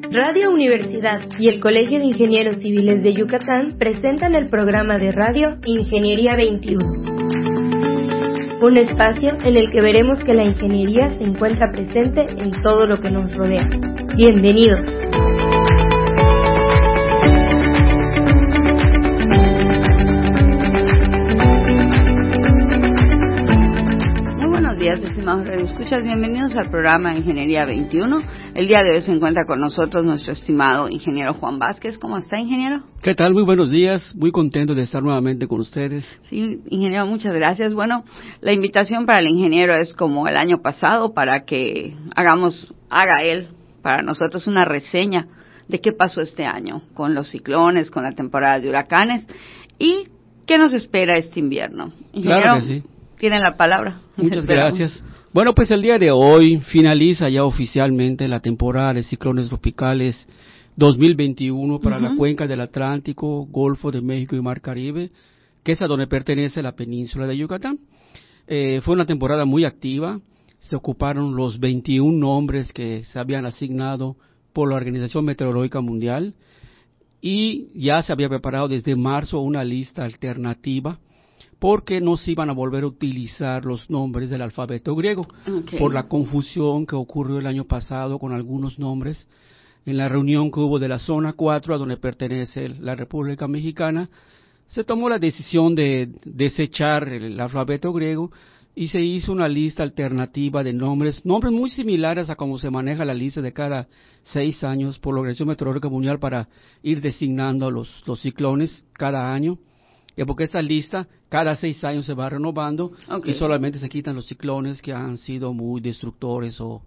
Radio Universidad y el Colegio de Ingenieros Civiles de Yucatán presentan el programa de radio Ingeniería 21. Un espacio en el que veremos que la ingeniería se encuentra presente en todo lo que nos rodea. Bienvenidos. Buenos días, estimados radioescuchas. Bienvenidos al programa Ingeniería 21. El día de hoy se encuentra con nosotros nuestro estimado ingeniero Juan Vázquez. ¿Cómo está, ingeniero? ¿Qué tal? Muy buenos días. Muy contento de estar nuevamente con ustedes. Sí, ingeniero, muchas gracias. Bueno, la invitación para el ingeniero es como el año pasado para que haga él para nosotros una reseña de qué pasó este año con los ciclones, con la temporada de huracanes y qué nos espera este invierno. Ingeniero, claro que sí. Tienen la palabra. Muchas gracias. Bueno, pues el día de hoy finaliza ya oficialmente la temporada de ciclones tropicales 2021 para la cuenca del Atlántico, Golfo de México y Mar Caribe, que es a donde pertenece la península de Yucatán. Fue una temporada muy activa. Se ocuparon los 21 nombres que se habían asignado por la Organización Meteorológica Mundial y ya se había preparado desde marzo una lista alternativa porque no se iban a volver a utilizar los nombres del alfabeto griego, por la confusión que ocurrió el año pasado con algunos nombres. En la reunión que hubo de la Zona 4, a donde pertenece la República Mexicana, se tomó la decisión de desechar el alfabeto griego y se hizo una lista alternativa de nombres muy similares a cómo se maneja la lista de cada 6 años por la Organización Meteorológica Mundial para ir designando los ciclones cada año. Porque esta lista cada 6 años se va renovando y solamente se quitan los ciclones que han sido muy destructores o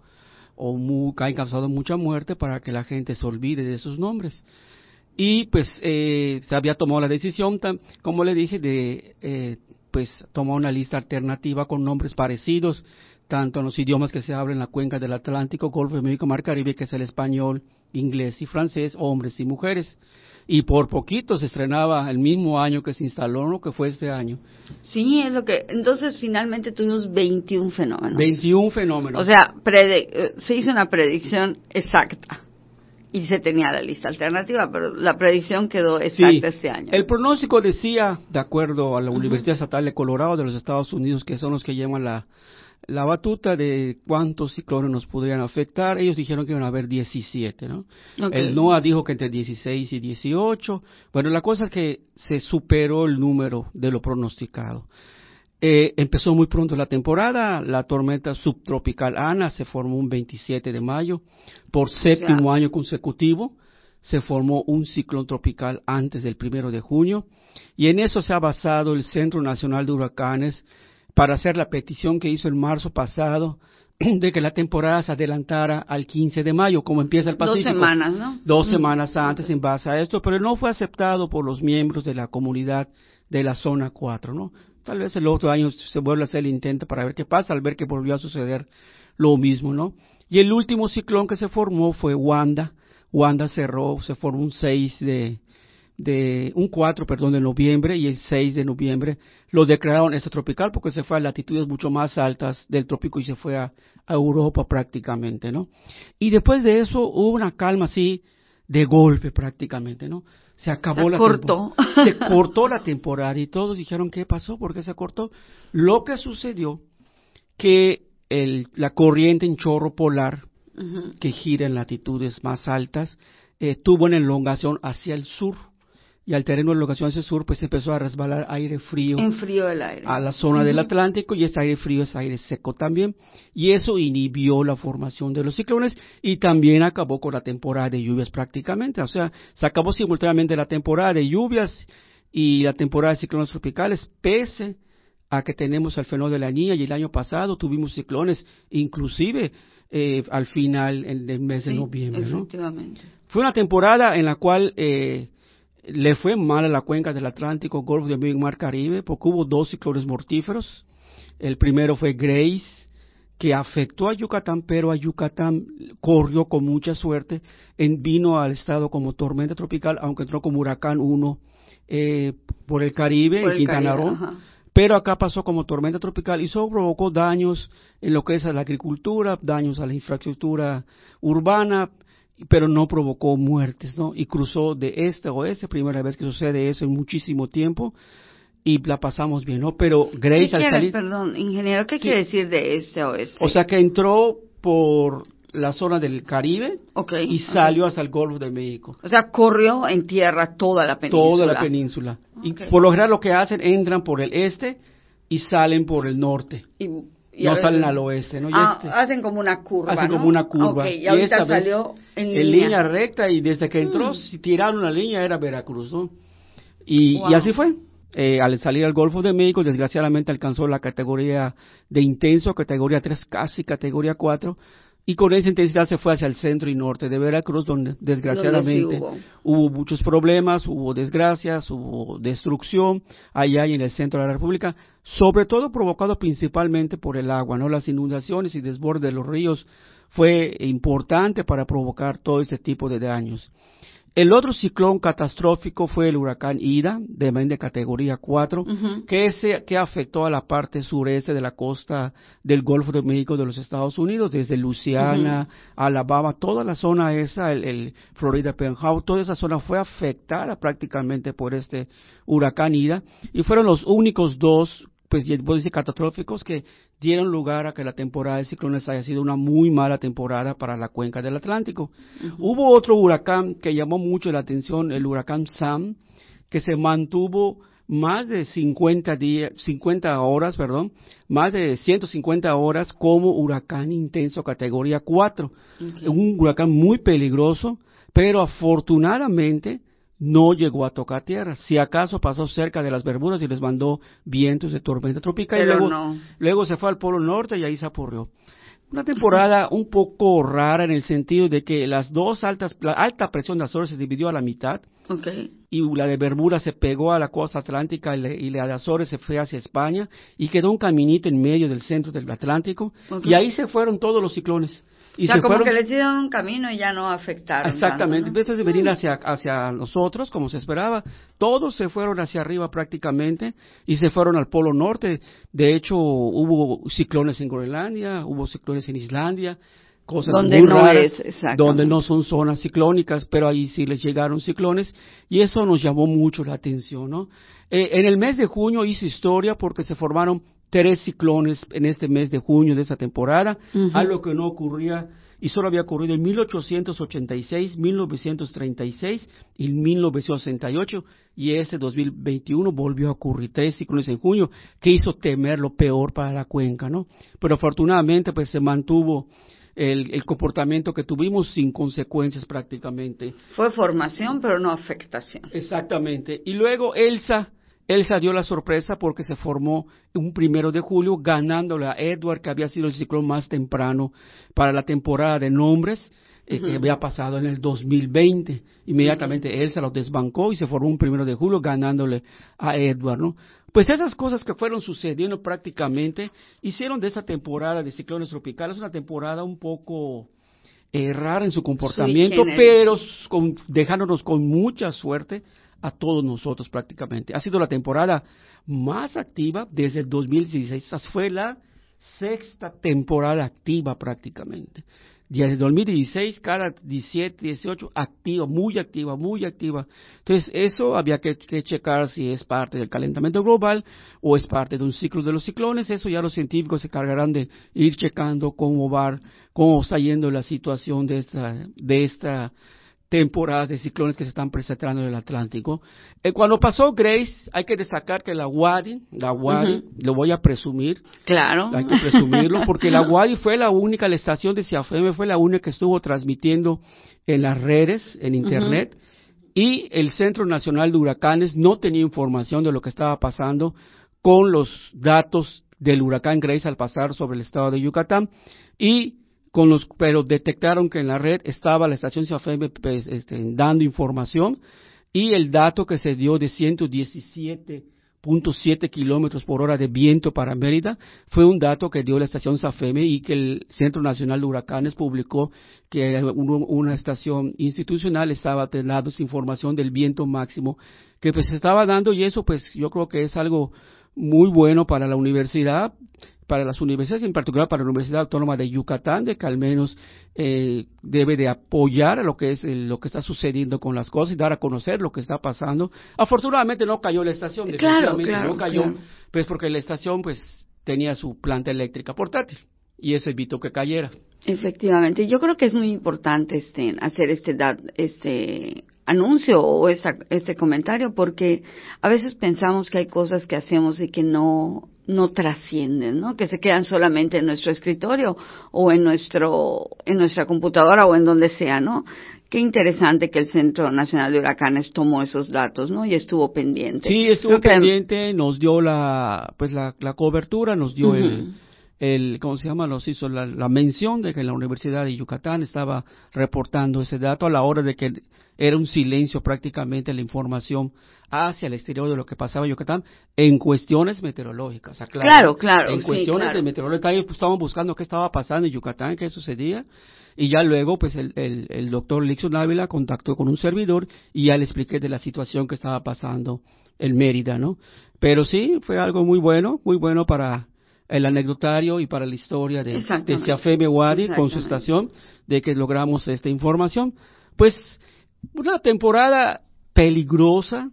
que han causado mucha muerte para que la gente se olvide de esos nombres. Y pues se había tomado la decisión, como le dije, de tomar una lista alternativa con nombres parecidos, tanto en los idiomas que se hablan en la cuenca del Atlántico, Golfo de México, Mar Caribe, que es el español, inglés y francés, hombres y mujeres. Y por poquito se estrenaba el mismo año que se instaló, ¿no? Que fue este año. Sí, es lo que... Entonces, finalmente tuvimos 21 fenómenos. 21 fenómenos. O sea, se hizo una predicción exacta y se tenía la lista alternativa, pero la predicción quedó exacta este año. El pronóstico decía, de acuerdo a la Universidad Estatal de Colorado de los Estados Unidos, que son los que llevan la batuta de cuántos ciclones nos podrían afectar, ellos dijeron que iban a haber 17, ¿no? El NOAA dijo que entre 16 y 18. Bueno, la cosa es que se superó el número de lo pronosticado. Empezó muy pronto la temporada, la tormenta subtropical Ana se formó un 27 de mayo, por séptimo año consecutivo se formó un ciclón tropical antes del 1 de junio, y en eso se ha basado el Centro Nacional de Huracanes para hacer la petición que hizo en marzo pasado de que la temporada se adelantara al 15 de mayo, como empieza el Pacífico. 2 semanas, ¿no? 2 semanas antes en base a esto, pero no fue aceptado por los miembros de la comunidad de la Zona 4, ¿no? Tal vez el otro año se vuelva a hacer el intento para ver qué pasa, al ver que volvió a suceder lo mismo, ¿no? Y el último ciclón que se formó fue Wanda. Wanda se formó un 4 de noviembre, y el 6 de noviembre lo declararon extratropical porque se fue a latitudes mucho más altas del trópico y se fue a Europa prácticamente, ¿no? Y después de eso hubo una calma así de golpe prácticamente, ¿no? Se cortó la temporada y todos dijeron, ¿qué pasó? ¿Por qué se cortó? Lo que sucedió que la corriente en chorro polar que gira en latitudes más altas tuvo una elongación hacia el sur. Y al tener una elongación hacia el sur, pues empezó a resbalar aire frío. Enfrió el aire. A la zona del Atlántico, y ese aire frío es aire seco también. Y eso inhibió la formación de los ciclones y también acabó con la temporada de lluvias prácticamente. O sea, se acabó simultáneamente la temporada de lluvias y la temporada de ciclones tropicales, pese a que tenemos el fenómeno de la Niña, y el año pasado tuvimos ciclones, inclusive al final del mes de noviembre, efectivamente. ¿no? Fue una temporada en la cual le fue mal a la cuenca del Atlántico, Golfo de México y Mar Caribe, porque hubo 2 ciclones mortíferos. El primero fue Grace, que afectó a Yucatán, pero a Yucatán corrió con mucha suerte, vino al estado como tormenta tropical, aunque entró como huracán 1 por el Caribe, en Quintana Roo. Pero acá pasó como tormenta tropical y eso provocó daños en lo que es a la agricultura, daños a la infraestructura urbana, pero no provocó muertes, ¿no? Y cruzó de este a oeste, primera vez que sucede eso en muchísimo tiempo, y la pasamos bien, ¿no? Pero Grace al salir... Perdón, ingeniero, ¿qué quiere decir de este a oeste? O sea, que entró por la zona del Caribe y salió hasta el Golfo de México. O sea, corrió en tierra toda la península. Toda la península. Y por lo general lo que hacen, entran por el este y salen por el norte. Y no salen al oeste, ¿no? Hacen como una curva, Hacen como una curva. Y ahorita salió en línea recta, y desde que entró, si tiraron una línea, era Veracruz, ¿no? Y así fue. Al salir al Golfo de México, desgraciadamente alcanzó la categoría de intenso, categoría 3, casi categoría 4, y con esa intensidad se fue hacia el centro y norte de Veracruz, donde desgraciadamente hubo muchos problemas, hubo desgracias, hubo destrucción allá y en el centro de la República, sobre todo provocado principalmente por el agua, ¿no? Las inundaciones y desbordes de los ríos fue importante para provocar todo este tipo de daños. El otro ciclón catastrófico fue el huracán Ida, de categoría 4, que afectó a la parte sureste de la costa del Golfo de México de los Estados Unidos, desde Luisiana, Alabama, toda la zona esa, el Florida Panhandle, toda esa zona fue afectada prácticamente por este huracán Ida, y fueron los únicos dos, pues, catastróficos que dieron lugar a que la temporada de ciclones haya sido una muy mala temporada para la cuenca del Atlántico. Hubo otro huracán que llamó mucho la atención, el huracán Sam, que se mantuvo más de 150 horas como huracán intenso categoría 4. Un huracán muy peligroso, pero afortunadamente no llegó a tocar tierra. Si acaso pasó cerca de las Bermudas y les mandó vientos de tormenta tropical, pero luego se fue al Polo Norte y ahí se apurrió. Una temporada un poco rara en el sentido de que la alta presión de Azores se dividió a la mitad, y la de Bermuda se pegó a la costa atlántica y la de Azores se fue hacia España y quedó un caminito en medio del centro del Atlántico, y ahí se fueron todos los ciclones. Y o sea, como que les dieron un camino y ya no afectaron. Exactamente, tanto, ¿no? En vez de venir hacia nosotros, como se esperaba, todos se fueron hacia arriba prácticamente y se fueron al Polo Norte. De hecho, hubo ciclones en Groenlandia, hubo ciclones en Islandia, cosas donde muy no raras, es, donde no son zonas ciclónicas, pero ahí sí les llegaron ciclones, y eso nos llamó mucho la atención, ¿no? En el mes de junio hizo historia porque se formaron 3 ciclones en este mes de junio de esa temporada, algo que no ocurría y solo había ocurrido en 1886, 1936 y 1968, y este 2021 volvió a ocurrir 3 ciclones en junio, que hizo temer lo peor para la cuenca, ¿no? Pero afortunadamente pues se mantuvo el comportamiento que tuvimos sin consecuencias prácticamente. Fue formación, pero no afectación. Exactamente. Y luego Elsa dio la sorpresa porque se formó un 1 de julio, ganándole a Edward, que había sido el ciclón más temprano para la temporada de nombres, que había pasado en el 2020. Inmediatamente Elsa lo desbancó y se formó un 1 de julio ganándole a Edward, ¿no? Pues esas cosas que fueron sucediendo prácticamente hicieron de esta temporada de ciclones tropicales una temporada un poco rara en su comportamiento, pero dejándonos con mucha suerte a todos nosotros prácticamente. Ha sido la temporada más activa desde el 2016. Esa fue la 6ª temporada activa prácticamente. Desde el 2016, cada 17, 18, activa, muy activa, muy activa. Entonces, eso había que checar si es parte del calentamiento global o es parte de un ciclo de los ciclones. Eso ya los científicos se encargarán de ir checando cómo está yendo la situación de esta temporadas de ciclones que se están presentando en el Atlántico. Cuando pasó Grace, hay que destacar que la Wadi, lo voy a presumir. Claro. Hay que presumirlo, porque la Wadi fue la única, la estación de CIAFM fue la única que estuvo transmitiendo en las redes, en Internet, y el Centro Nacional de Huracanes no tenía información de lo que estaba pasando con los datos del huracán Grace al pasar sobre el estado de Yucatán, pero detectaron que en la red estaba la estación CIAFM dando información, y el dato que se dio de 117.7 kilómetros por hora de viento para Mérida fue un dato que dio la estación CIAFM y que el Centro Nacional de Huracanes publicó que una estación institucional estaba dando esa información del viento máximo que pues se estaba dando, y eso pues yo creo que es algo muy bueno para la universidad, para las universidades, en particular para la Universidad Autónoma de Yucatán, de que al menos debe de apoyar a lo que es lo que está sucediendo con las cosas y dar a conocer lo que está pasando. Afortunadamente no cayó la estación, definitivamente no cayó, pues porque la estación pues tenía su planta eléctrica portátil y eso evitó que cayera. Efectivamente, yo creo que es muy importante hacer este anuncio o este comentario, porque a veces pensamos que hay cosas que hacemos y que no trascienden, ¿no? Que se quedan solamente en nuestro escritorio o en nuestra computadora o en donde sea, ¿no? Qué interesante que el Centro Nacional de Huracanes tomó esos datos, ¿no? Y estuvo pendiente. Sí, estuvo pendiente, nos dio la cobertura, nos dio ¿cómo se llama? Nos hizo la mención de que la Universidad de Yucatán estaba reportando ese dato a la hora de que era un silencio prácticamente la información hacia el exterior de lo que pasaba en Yucatán en cuestiones meteorológicas. Claro. En cuestiones de meteorología, estábamos buscando qué estaba pasando en Yucatán, qué sucedía, y ya luego pues el doctor Lixon Ávila contactó con un servidor y ya le expliqué de la situación que estaba pasando en Mérida, ¿no? Pero sí, fue algo muy bueno para el anecdotario y para la historia de Café Wadi con su estación, de que logramos esta información. Pues una temporada peligrosa,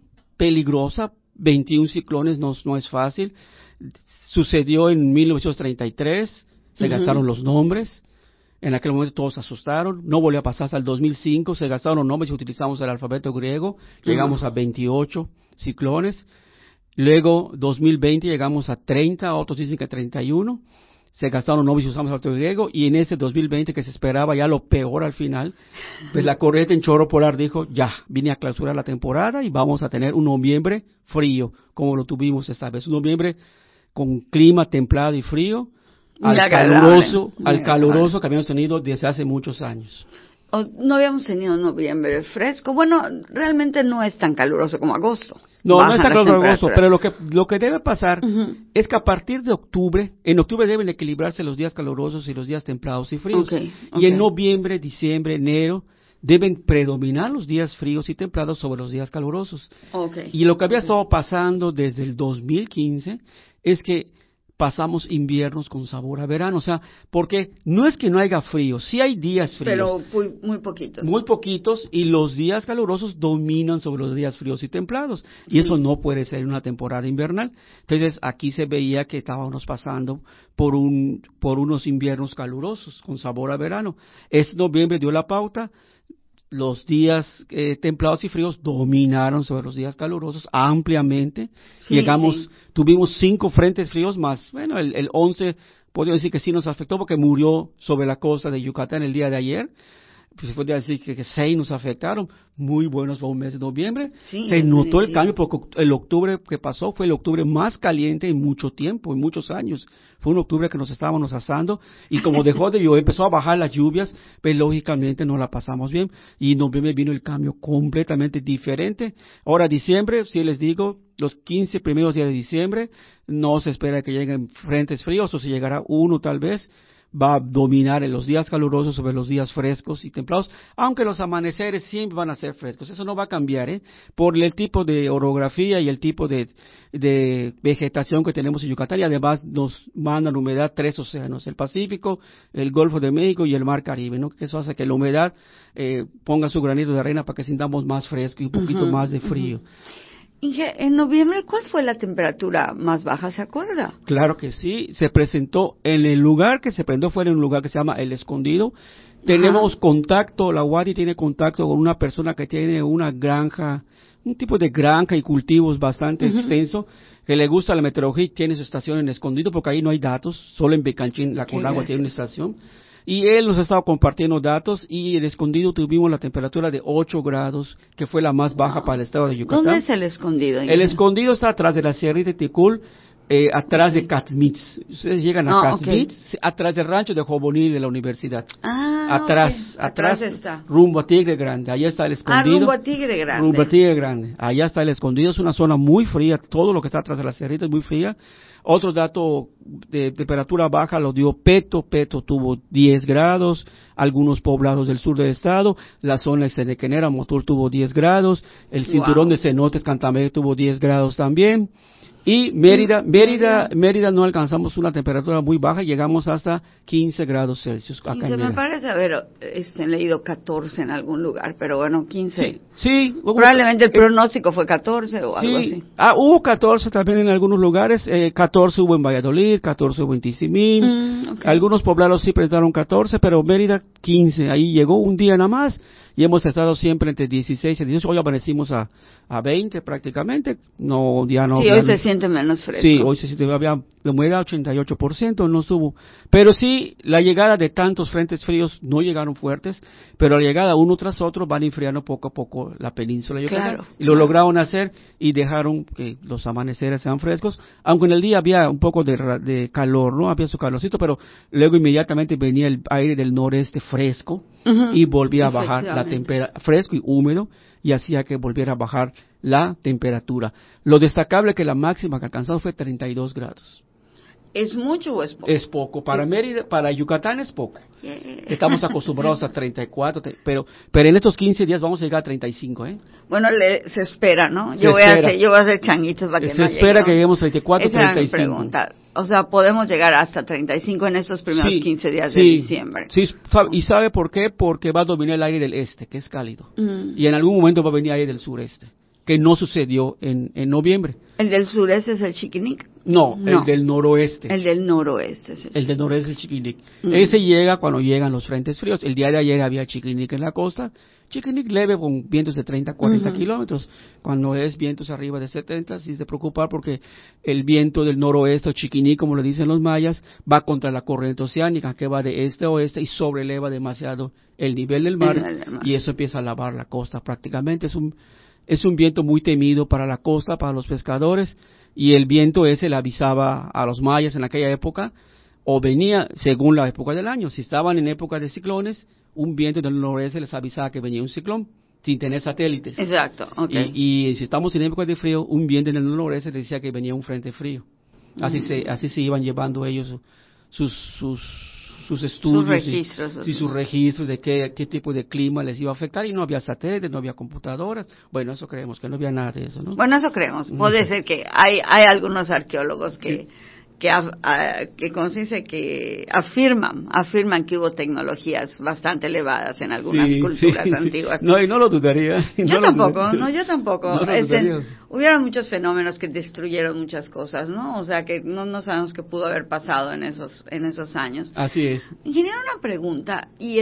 21 ciclones no es fácil. Sucedió en 1933, se gastaron los nombres, en aquel momento todos se asustaron, no volvió a pasar hasta el 2005, se gastaron los nombres y utilizamos el alfabeto griego, llegamos a 28 ciclones. Luego, 2020 llegamos a 30, otros dicen que 31, se gastaron nombres y usamos el alfabeto griego, y en ese 2020 que se esperaba ya lo peor al final, pues la corriente en chorro polar dijo, ya, vine a clausurar la temporada y vamos a tener un noviembre frío, como lo tuvimos esta vez, un noviembre con clima templado y frío, al caluroso que habíamos tenido desde hace muchos años. No habíamos tenido un noviembre fresco. Bueno, realmente no es tan caluroso como agosto. No es tan caluroso como agosto, pero lo que debe pasar es que a partir de octubre, en octubre deben equilibrarse los días calurosos y los días templados y fríos. Y en noviembre, diciembre, enero, deben predominar los días fríos y templados sobre los días calurosos. Y lo que había estado pasando desde el 2015 es que pasamos inviernos con sabor a verano, o sea, porque no es que no haya frío, sí hay días fríos. Pero muy poquitos. Muy poquitos, y los días calurosos dominan sobre los días fríos y templados, y eso no puede ser una temporada invernal. Entonces, aquí se veía que estábamos pasando por unos inviernos calurosos con sabor a verano. Este noviembre dio la pauta. Los días templados y fríos dominaron sobre los días calurosos ampliamente. Tuvimos 5 frentes fríos más, bueno, el 11, podría decir que sí nos afectó porque murió sobre la costa de Yucatán el día de ayer. Pues se podría decir que 6 nos afectaron. Muy buenos para un mes de noviembre. Se notó el cambio porque el octubre que pasó fue el octubre más caliente en mucho tiempo, en muchos años. Fue un octubre que nos estábamos asando y como dejó de llover, empezó a bajar las lluvias, pues lógicamente no la pasamos bien y en noviembre vino el cambio completamente diferente. Ahora diciembre, si les digo, los 15 primeros días de diciembre no se espera que lleguen frentes fríos, o si llegará uno tal vez. Va a dominar en los días calurosos sobre los días frescos y templados, aunque los amaneceres siempre van a ser frescos. Eso no va a cambiar, por el tipo de orografía y el tipo de vegetación que tenemos en Yucatán, y además nos mandan humedad 3 océanos, el Pacífico, el Golfo de México y el Mar Caribe, ¿no? Que eso hace que la humedad ponga su granito de arena para que sintamos más fresco y un poquito más de frío. Inge, en noviembre, ¿cuál fue la temperatura más baja, se acuerda? Claro que sí, se presentó en el lugar que se presentó, fue en un lugar que se llama El Escondido. Tenemos contacto, la UADI tiene contacto con una persona que tiene una granja, un tipo de granja y cultivos bastante extenso, que le gusta la meteorología y tiene su estación en Escondido, porque ahí no hay datos, solo en Becanchín, la Conagua tiene una estación. Y él nos ha estado compartiendo datos, y en Escondido tuvimos la temperatura de 8 grados, que fue la más baja para el estado de Yucatán. ¿Dónde es El Escondido? El Escondido está atrás de la Sierra de Ticul, atrás de Catzmitz. Ustedes llegan a Catzmitz, atrás del rancho de Jobonil de la universidad. Atrás está. Rumbo a Tigre Grande. Allá está El Escondido. Rumbo a Tigre Grande. Rumbo a Tigre Grande. Allá está El Escondido. Es una zona muy fría. Todo lo que está atrás de la sierrita es muy fría. Otro dato de temperatura baja lo dio Peto. Peto tuvo 10 grados. Algunos poblados del sur del estado. La zona de Senequenera, Motul, tuvo 10 grados. El cinturón de cenotes, Cantamé, tuvo 10 grados también. Y Mérida no alcanzamos una temperatura muy baja, llegamos hasta 15 grados Celsius. Acá 15, me parece haber leído 14 en algún lugar, pero bueno, 15. Sí. Probablemente el pronóstico fue 14 o algo así. Hubo 14 también en algunos lugares, 14 hubo en Valladolid, 14 hubo en Tizimín, okay. Algunos poblados sí presentaron 14, pero Mérida 15, ahí llegó un día nada más. Y hemos estado siempre entre 16 y 18. Hoy amanecimos a 20 prácticamente. Sí, hoy se siente menos fresco. Sí, hoy se siente, había de humedad 88%, no estuvo. Pero sí, la llegada de tantos frentes fríos no llegaron fuertes, pero la llegada uno tras otro van enfriando poco a poco la península de Yucatán. Claro, y lo lograron hacer y dejaron que los amaneceres sean frescos, aunque en el día había un poco de calor, ¿no? Había su calorcito, pero luego inmediatamente venía el aire del noreste fresco y volvía a bajar la temperatura, fresco y húmedo, y hacía que volviera a bajar la temperatura. Lo destacable es que la máxima que alcanzamos fue 32 grados. ¿Es mucho o es poco? Es poco. Para Mérida, para Yucatán es poco. Yeah. Estamos acostumbrados a 34, pero en estos 15 días vamos a llegar a 35, ¿eh? Bueno, se espera, ¿no? Yo voy a hacer changuitos para que no llegue. Se espera que lleguemos a 34, Esa 35. Era mi pregunta. O sea, podemos llegar hasta 35 en estos primeros 15 días de diciembre. Sí, ¿y sabe por qué? Porque va a dominar el aire del este, que es cálido. Y en algún momento va a venir aire del sureste, que no sucedió en noviembre. ¿El del sureste es el Chiquinic? No, el del noroeste. El del noroeste. El del noroeste es el Chiquinic. Ese llega cuando llegan los frentes fríos. El día de ayer había Chiquinic en la costa. Chiquinic leve con vientos de 30 a 40 kilómetros. Cuando es vientos arriba de 70, sí se preocupa porque el viento del noroeste, o Chiquinic, como le dicen los mayas, va contra la corriente oceánica que va de este a oeste y sobreleva demasiado el nivel del mar. Y eso empieza a lavar la costa prácticamente. Es un viento muy temido para la costa, para los pescadores, y el viento ese le avisaba a los mayas en aquella época, o venía según la época del año. Si estaban en época de ciclones, un viento del noroeste les avisaba que venía un ciclón, sin tener satélites. Exacto, okay. Y si estamos en época de frío, un viento en el noroeste les decía que venía un frente frío. Así se iban llevando ellos sus estudios, sus registros de qué tipo de clima les iba a afectar, y no había satélites, no había computadoras. Bueno, eso creemos, que no había nada de eso, ¿no? Bueno, eso creemos. Puede ser que hay algunos arqueólogos que afirman que hubo tecnologías bastante elevadas en algunas culturas antiguas. No, y no lo dudaría. Yo tampoco. Hubieron muchos fenómenos que destruyeron muchas cosas, ¿no? O sea, que no sabemos qué pudo haber pasado en esos años. Así es. Ingeniero, una pregunta, y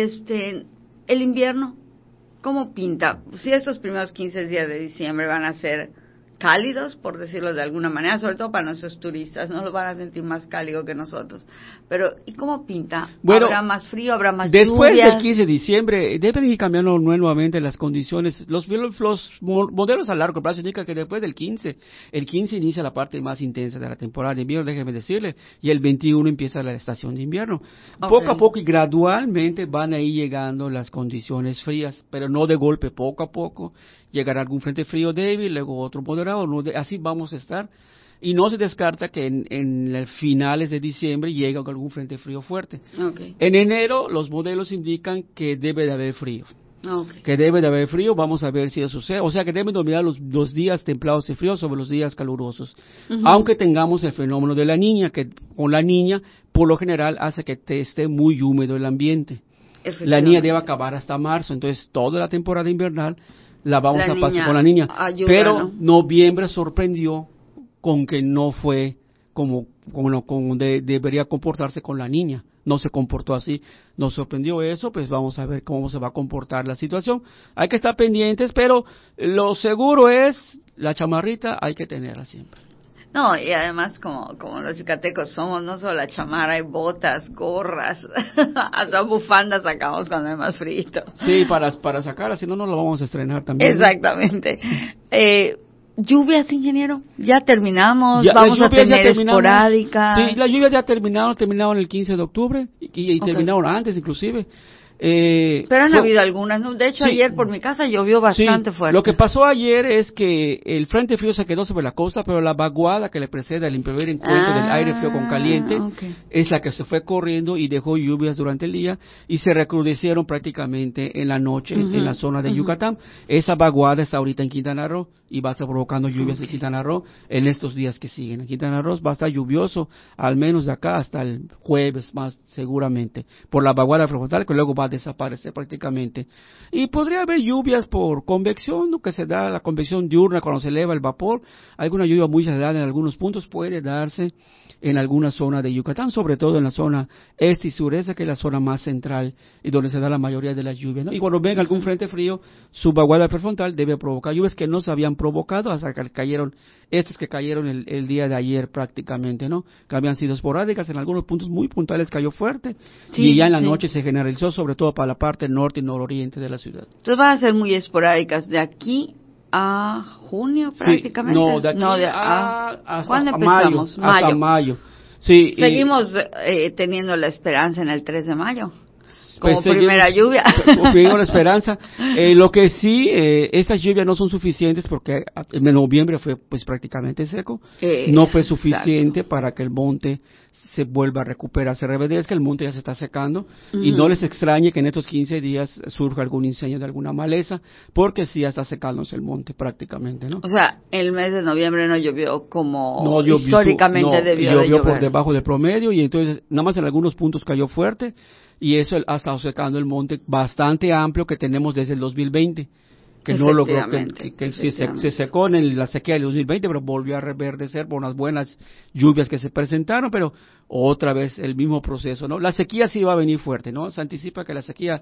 el invierno, ¿cómo pinta? Si estos primeros 15 días de diciembre van a ser cálidos, por decirlo de alguna manera, sobre todo para nuestros turistas, no lo van a sentir más cálido que nosotros. Pero, ¿y cómo pinta? Bueno, ¿habrá más frío, habrá más después lluvias? Del 15 de diciembre deben ir cambiando nuevamente las condiciones. Los modelos a largo plazo indican que después del 15, el 15 inicia la parte más intensa de la temporada de invierno, déjeme decirle, y el 21 empieza la estación de invierno. Okay. Poco a poco y gradualmente van a ir llegando las condiciones frías, pero no de golpe, poco a poco. Llegará algún frente frío débil, luego otro moderado, así vamos a estar. Y no se descarta que en finales de diciembre llegue algún frente frío fuerte. Okay. En enero los modelos indican que debe de haber frío. Okay. Que debe de haber frío, vamos a ver si eso sucede. O sea que deben dominar los días templados y fríos sobre los días calurosos. Aunque tengamos el fenómeno de la Niña, que con la Niña por lo general hace que esté muy húmedo el ambiente. La Niña debe acabar hasta marzo, entonces toda la temporada invernal la vamos a pasar con la Niña. Ayuda, pero ¿no? Noviembre sorprendió con que no fue como debería comportarse con la Niña. No se comportó así. Nos sorprendió eso, pues vamos a ver cómo se va a comportar la situación. Hay que estar pendientes, pero lo seguro es la chamarrita hay que tenerla siempre. No, y además como los yucatecos somos, no solo la chamarra, hay botas, gorras, hasta bufandas sacamos cuando hay más frío. Sí, para sacar, si no, no lo vamos a estrenar también. Exactamente. ¿Lluvias, ingeniero? ¿Ya terminamos? ¿Vamos a tener esporádicas? Sí, las lluvias ya terminaron el 15 de octubre y terminaron antes inclusive. Pero han habido algunas, ¿no? De hecho, sí, ayer por mi casa llovió bastante fuerte. Lo que pasó ayer es que el frente frío se quedó sobre la costa, pero la vaguada que le precede al primer encuentro del aire frío con caliente es la que se fue corriendo y dejó lluvias durante el día y se recrudecieron prácticamente en la noche en la zona de Yucatán. Esa vaguada está ahorita en Quintana Roo y va a estar provocando lluvias en Quintana Roo en estos días que siguen. En Quintana Roo va a estar lluvioso, al menos de acá hasta el jueves más seguramente, por la vaguada frontal que luego va a desaparecer prácticamente. Y podría haber lluvias por convección, ¿no? Que se da la convección diurna cuando se eleva el vapor. Alguna lluvia muy aislada en algunos puntos puede darse en alguna zona de Yucatán, sobre todo en la zona este y sureste, que es la zona más central y donde se da la mayoría de las lluvias, ¿no? Y cuando venga algún frente frío, su vaguada prefrontal debe provocar lluvias que no se habían provocado hasta que cayeron, estas que cayeron el día de ayer prácticamente, ¿no? Que habían sido esporádicas, en algunos puntos muy puntuales cayó fuerte, y ya en la noche se generalizó, sobre todo para la parte norte y nororiente de la ciudad. Entonces van a ser muy esporádicas de aquí a junio prácticamente. No, de aquí hasta ¿cuándo empezamos? Hasta mayo. Sí, seguimos teniendo la esperanza en el 3 de mayo. Como pues primera lluvia. Primero la esperanza. Lo que sí, estas lluvias no son suficientes porque en noviembre fue pues prácticamente seco. No fue suficiente para que el monte se vuelva a recuperar, se reverdezca, el monte ya se está secando. Y no les extrañe que en estos 15 días surja algún incendio de alguna maleza, porque sí ya está secándose el monte prácticamente, ¿no? O sea, el mes de noviembre no llovió como históricamente debió de llover. Llovió por debajo del promedio y entonces nada más en algunos puntos cayó fuerte. Y eso ha estado secando el monte bastante amplio que tenemos desde el 2020, que no logró, que se secó en la sequía del 2020, pero volvió a reverdecer por unas buenas lluvias que se presentaron, pero otra vez el mismo proceso, ¿no? La sequía sí va a venir fuerte, ¿no? Se anticipa que la sequía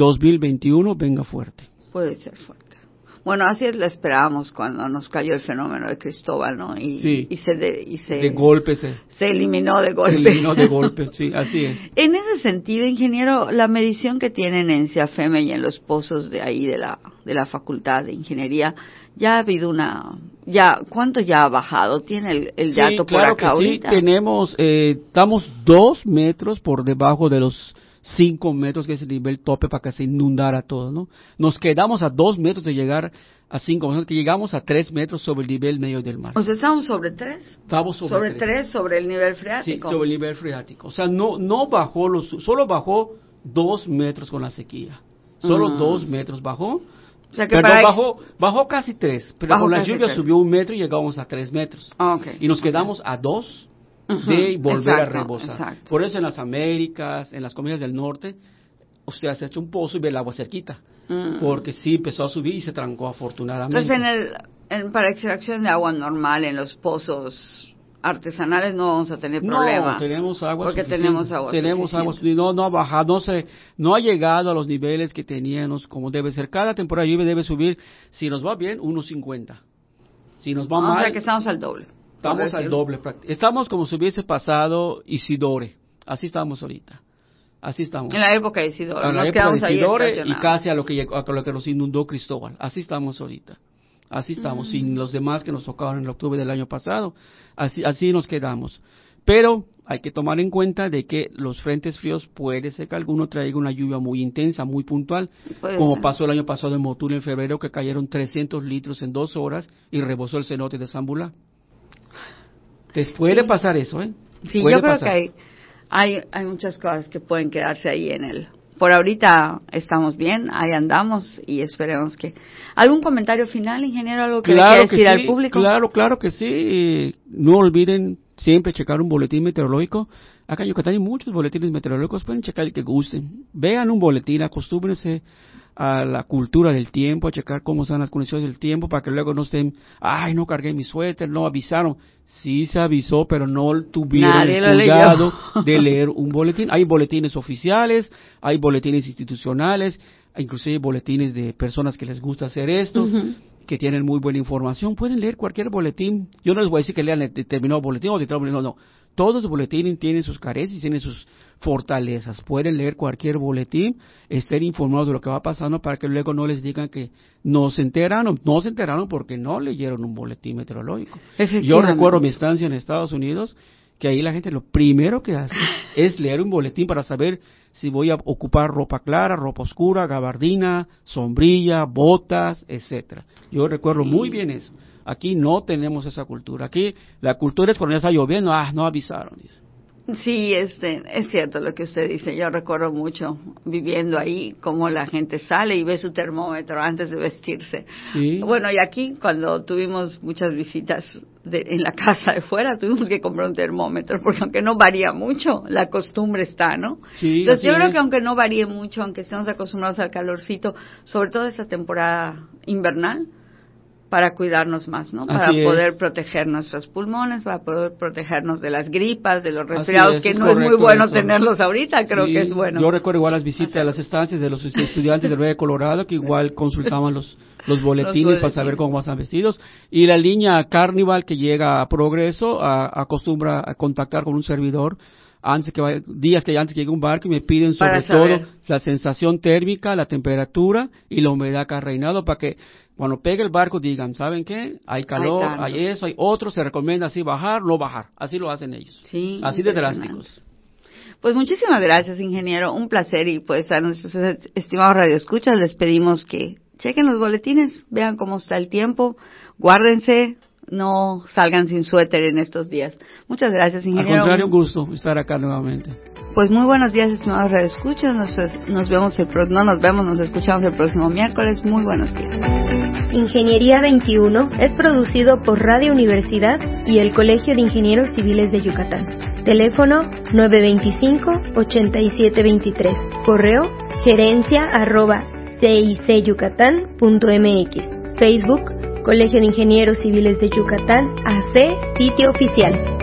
2021 venga fuerte. Puede ser fuerte. Bueno, así la esperábamos cuando nos cayó el fenómeno de Cristóbal, ¿no? Y de golpe se eliminó de golpe. Se eliminó de golpe, sí, así es. En ese sentido, ingeniero, la medición que tienen en CIAFEME y en los pozos de ahí de la Facultad de Ingeniería, ya ha habido ¿cuánto ya ha bajado? ¿Tiene el dato por acá ahorita? Sí, tenemos, estamos 2 metros por debajo de los 5 metros, que es el nivel tope para que se inundara todo, ¿no? Nos quedamos a 2 metros de llegar a 5 metros, que llegamos a 3 metros sobre el nivel medio del mar. O sea, ¿estamos sobre 3? Estamos sobre 3, sobre el nivel freático. Sí, sobre el nivel freático. O sea, no bajó, solo bajó 2 metros con la sequía. Solo 2 metros bajó. O sea que bajó casi 3, pero con la lluvia subió 1 metro y llegamos a 3 metros. Y nos quedamos a 2 de volver a rebosar. Exacto. Por eso en las Américas, en las comunidades del norte, usted se ha hecho un pozo y ve el agua cerquita, porque sí empezó a subir y se trancó afortunadamente. Entonces para extracción de agua normal en los pozos artesanales no vamos a tener problema. No, tenemos agua porque suficiente. Tenemos agua suficiente. No ha bajado, no ha llegado a los niveles que teníamos como debe ser. Cada temporada de lluvia debe subir, si nos va bien, 1.50. Si nos va mal... O sea que estamos al doble. Estamos al doble. Estamos como si hubiese pasado Isidore. Así estamos ahorita. Así estamos. En la época de Isidore. Nos quedamos ahí estacionados. Y casi a lo que nos inundó Cristóbal. Así estamos ahorita. Así estamos. Sin los demás que nos tocaron en octubre del año pasado. Así nos quedamos. Pero hay que tomar en cuenta de que los frentes fríos puede ser que alguno traiga una lluvia muy intensa, muy puntual, como pasó el año pasado en Motul en febrero, que cayeron 300 litros en 2 horas y rebosó el cenote de Zambulá. Puede pasar eso, ¿eh? Sí, yo creo que hay muchas cosas que pueden quedarse ahí Por ahorita estamos bien, ahí andamos y esperemos que... ¿Algún comentario final, ingeniero? ¿Algo que le quiera decir al público? Claro que sí. No olviden siempre checar un boletín meteorológico. Acá en Yucatán hay muchos boletines meteorológicos, pueden checar el que gusten. Vean un boletín, acostúmbrense a la cultura del tiempo, a checar cómo están las condiciones del tiempo, para que luego no estén, no cargué mi suéter, no avisaron. Sí se avisó, pero no tuvieron el cuidado de leer un boletín. Hay boletines oficiales, hay boletines institucionales, inclusive boletines de personas que les gusta hacer esto, que tienen muy buena información. Pueden leer cualquier boletín. Yo no les voy a decir que lean determinado boletín o determinado boletín, no. Todos los boletines tienen sus carencias, tienen sus fortalezas. Pueden leer cualquier boletín, estén informados de lo que va pasando para que luego no les digan que no se enteraron porque no leyeron un boletín meteorológico. Yo recuerdo mi estancia en Estados Unidos, que ahí la gente lo primero que hace es leer un boletín para saber si voy a ocupar ropa clara, ropa oscura, gabardina, sombrilla, botas, etcétera. Yo recuerdo muy bien eso. Aquí no tenemos esa cultura. Aquí la cultura es cuando ya está lloviendo, no avisaron, dice. Sí, es cierto lo que usted dice. Yo recuerdo mucho viviendo ahí cómo la gente sale y ve su termómetro antes de vestirse. Sí. Bueno, y aquí cuando tuvimos muchas visitas en la casa de fuera, tuvimos que comprar un termómetro porque aunque no varía mucho, la costumbre está, ¿no? Sí, entonces yo creo que aunque no varíe mucho, aunque estemos acostumbrados al calorcito, sobre todo esta temporada invernal, para cuidarnos más, ¿no? Para poder proteger nuestros pulmones, para poder protegernos de las gripas, de los resfriados, que no es muy bueno tenerlos ahorita, creo que es bueno. Yo recuerdo igual las visitas a las estancias de los estudiantes del Valle de Colorado, que igual consultaban los boletines para saber cómo están vestidos. Y la línea Carnival que llega a Progreso acostumbra a contactar con un servidor días que antes que llegue un barco y me piden sobre todo la sensación térmica, la temperatura y la humedad que ha reinado para que cuando pegue el barco digan, ¿saben qué? Hay calor, hay eso, hay otro, se recomienda así bajar, no bajar. Así lo hacen ellos. Sí, así de drásticos. Pues muchísimas gracias, ingeniero. Un placer y pues a nuestros estimados radioescuchas les pedimos que chequen los boletines, vean cómo está el tiempo, guárdense, no salgan sin suéter en estos días. Muchas gracias, ingeniero. Al contrario, un gusto estar acá nuevamente. Pues muy buenos días, estimados radioescuchas. Nos escuchamos el próximo miércoles. Muy buenos días. Ingeniería 21 es producido por Radio Universidad y el Colegio de Ingenieros Civiles de Yucatán. Teléfono 925-8723. Correo gerencia@cicyucatán.mx. Facebook Colegio de Ingenieros Civiles de Yucatán AC, sitio oficial.